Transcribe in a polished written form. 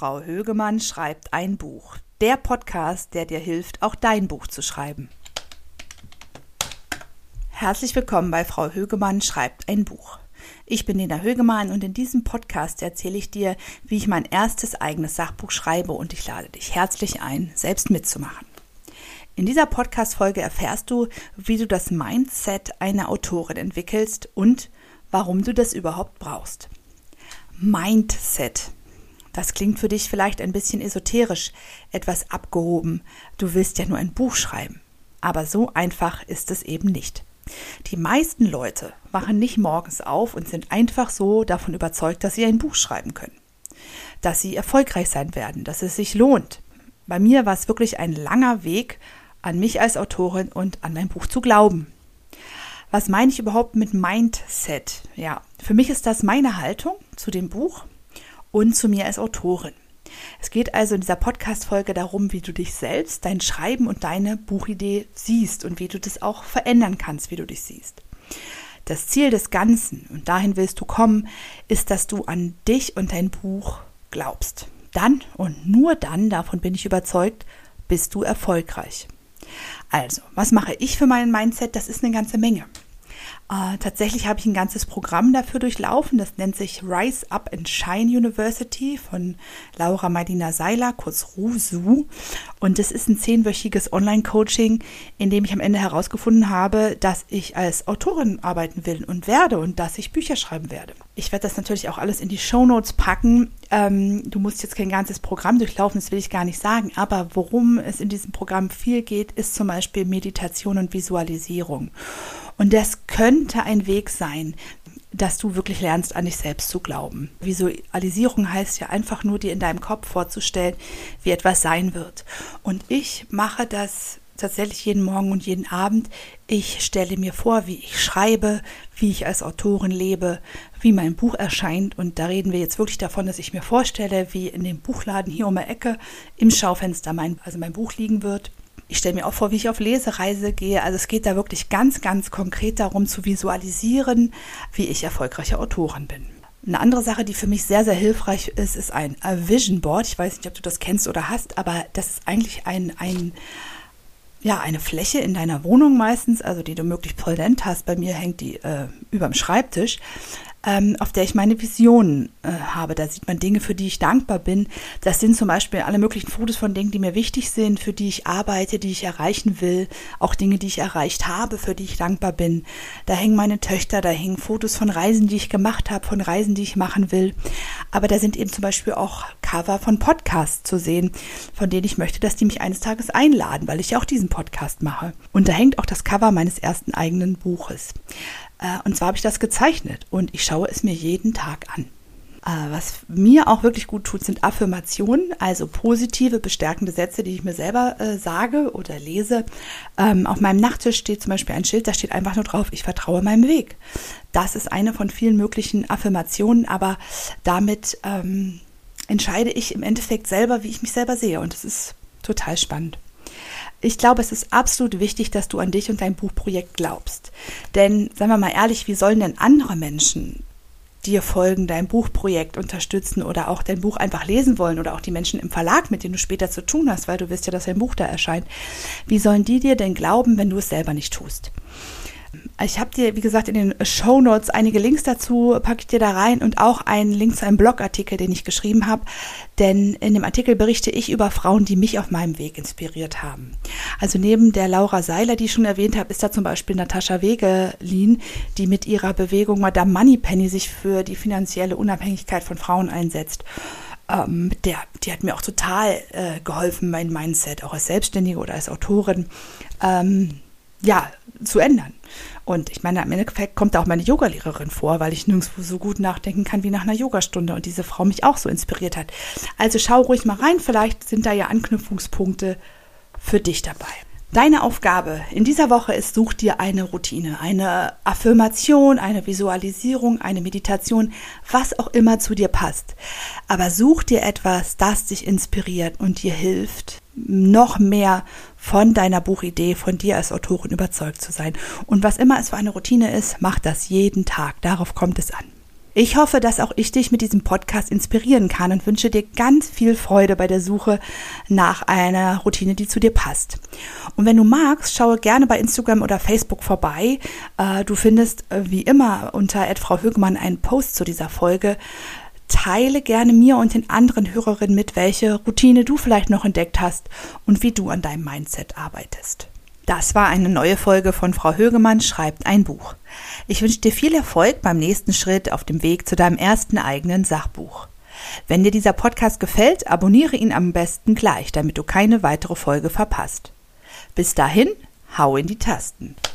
Frau Högemann schreibt ein Buch. Der Podcast, der dir hilft, auch dein Buch zu schreiben. Herzlich willkommen bei Frau Högemann schreibt ein Buch. Ich bin Lena Högemann und in diesem Podcast erzähle ich dir, wie ich mein erstes eigenes Sachbuch schreibe und ich lade dich herzlich ein, selbst mitzumachen. In dieser Podcast-Folge erfährst du, wie du das Mindset einer Autorin entwickelst und warum du das überhaupt brauchst. Mindset. Das klingt für dich vielleicht ein bisschen esoterisch, etwas abgehoben. Du willst ja nur ein Buch schreiben. Aber so einfach ist es eben nicht. Die meisten Leute wachen nicht morgens auf und sind einfach so davon überzeugt, dass sie ein Buch schreiben können. Dass sie erfolgreich sein werden, dass es sich lohnt. Bei mir war es wirklich ein langer Weg, an mich als Autorin und an mein Buch zu glauben. Was meine ich überhaupt mit Mindset? Ja, für mich ist das meine Haltung zu dem Buch und zu mir als Autorin. Es geht also in dieser Podcast-Folge darum, wie du dich selbst, dein Schreiben und deine Buchidee siehst und wie du das auch verändern kannst, wie du dich siehst. Das Ziel des Ganzen, und dahin willst du kommen, ist, dass du an dich und dein Buch glaubst. Dann und nur dann, davon bin ich überzeugt, bist du erfolgreich. Also, was mache ich für mein Mindset? Das ist eine ganze Menge. Tatsächlich habe ich ein ganzes Programm dafür durchlaufen. Das nennt sich Rise Up and Shine University von Laura Marlina Seiler, kurz RUSU. Und das ist ein 10-wöchiges Online-Coaching, in dem ich am Ende herausgefunden habe, dass ich als Autorin arbeiten will und werde und dass ich Bücher schreiben werde. Ich werde das natürlich auch alles in die Shownotes packen. Du musst jetzt kein ganzes Programm durchlaufen, das will ich gar nicht sagen. Aber worum es in diesem Programm viel geht, ist zum Beispiel Meditation und Visualisierung. Und das könnte ein Weg sein, dass du wirklich lernst, an dich selbst zu glauben. Visualisierung heißt ja einfach nur, dir in deinem Kopf vorzustellen, wie etwas sein wird. Und ich mache das tatsächlich jeden Morgen und jeden Abend. Ich stelle mir vor, wie ich schreibe, wie ich als Autorin lebe, wie mein Buch erscheint. Und da reden wir jetzt wirklich davon, dass ich mir vorstelle, wie in dem Buchladen hier um die Ecke im Schaufenster mein Buch liegen wird. Ich stelle mir auch vor, wie ich auf Lesereise gehe. Also es geht da wirklich ganz, ganz konkret darum zu visualisieren, wie ich erfolgreiche Autorin bin. Eine andere Sache, die für mich sehr, sehr hilfreich ist, ist ein Vision Board. Ich weiß nicht, ob du das kennst oder hast, aber das ist eigentlich eine Fläche in deiner Wohnung meistens, also die du möglichst präsent hast. Bei mir hängt die überm Schreibtisch, auf der ich meine Visionen habe. Da sieht man Dinge, für die ich dankbar bin. Das sind zum Beispiel alle möglichen Fotos von Dingen, die mir wichtig sind, für die ich arbeite, die ich erreichen will. Auch Dinge, die ich erreicht habe, für die ich dankbar bin. Da hängen meine Töchter, da hängen Fotos von Reisen, die ich gemacht habe, von Reisen, die ich machen will. Aber da sind eben zum Beispiel auch Cover von Podcasts zu sehen, von denen ich möchte, dass die mich eines Tages einladen, weil ich ja auch diesen Podcast mache. Und da hängt auch das Cover meines ersten eigenen Buches. Und zwar habe ich das gezeichnet und ich schaue es mir jeden Tag an. Was mir auch wirklich gut tut, sind Affirmationen, also positive, bestärkende Sätze, die ich mir selber sage oder lese. Auf meinem Nachttisch steht zum Beispiel ein Schild, da steht einfach nur drauf, ich vertraue meinem Weg. Das ist eine von vielen möglichen Affirmationen, aber damit entscheide ich im Endeffekt selber, wie ich mich selber sehe und das ist total spannend. Ich glaube, es ist absolut wichtig, dass du an dich und dein Buchprojekt glaubst. Denn, seien wir mal ehrlich, wie sollen denn andere Menschen dir folgen, dein Buchprojekt unterstützen oder auch dein Buch einfach lesen wollen oder auch die Menschen im Verlag, mit denen du später zu tun hast, weil du wirst ja, dass dein Buch da erscheint. Wie sollen die dir denn glauben, wenn du es selber nicht tust? Ich habe dir, wie gesagt, in den Shownotes einige Links dazu, packe ich dir da rein und auch einen Link zu einem Blogartikel, den ich geschrieben habe, denn in dem Artikel berichte ich über Frauen, die mich auf meinem Weg inspiriert haben. Also neben der Laura Seiler, die ich schon erwähnt habe, ist da zum Beispiel Natascha Wegelin, die mit ihrer Bewegung Madame Moneypenny sich für die finanzielle Unabhängigkeit von Frauen einsetzt. Die hat mir auch total geholfen, mein Mindset auch als Selbstständige oder als Autorin zu ändern. Und ich meine, im Endeffekt kommt da auch meine Yogalehrerin vor, weil ich nirgendwo so gut nachdenken kann wie nach einer Yogastunde und diese Frau mich auch so inspiriert hat. Also schau ruhig mal rein, vielleicht sind da ja Anknüpfungspunkte für dich dabei. Deine Aufgabe in dieser Woche ist, such dir eine Routine, eine Affirmation, eine Visualisierung, eine Meditation, was auch immer zu dir passt. Aber such dir etwas, das dich inspiriert und dir hilft, noch mehr von deiner Buchidee, von dir als Autorin überzeugt zu sein. Und was immer es für eine Routine ist, mach das jeden Tag. Darauf kommt es an. Ich hoffe, dass auch ich dich mit diesem Podcast inspirieren kann und wünsche dir ganz viel Freude bei der Suche nach einer Routine, die zu dir passt. Und wenn du magst, schaue gerne bei Instagram oder Facebook vorbei. Du findest wie immer unter @frau-högemann einen Post zu dieser Folge. Teile gerne mir und den anderen Hörerinnen mit, welche Routine du vielleicht noch entdeckt hast und wie du an deinem Mindset arbeitest. Das war eine neue Folge von Frau Högemann schreibt ein Buch. Ich wünsche dir viel Erfolg beim nächsten Schritt auf dem Weg zu deinem ersten eigenen Sachbuch. Wenn dir dieser Podcast gefällt, abonniere ihn am besten gleich, damit du keine weitere Folge verpasst. Bis dahin, hau in die Tasten.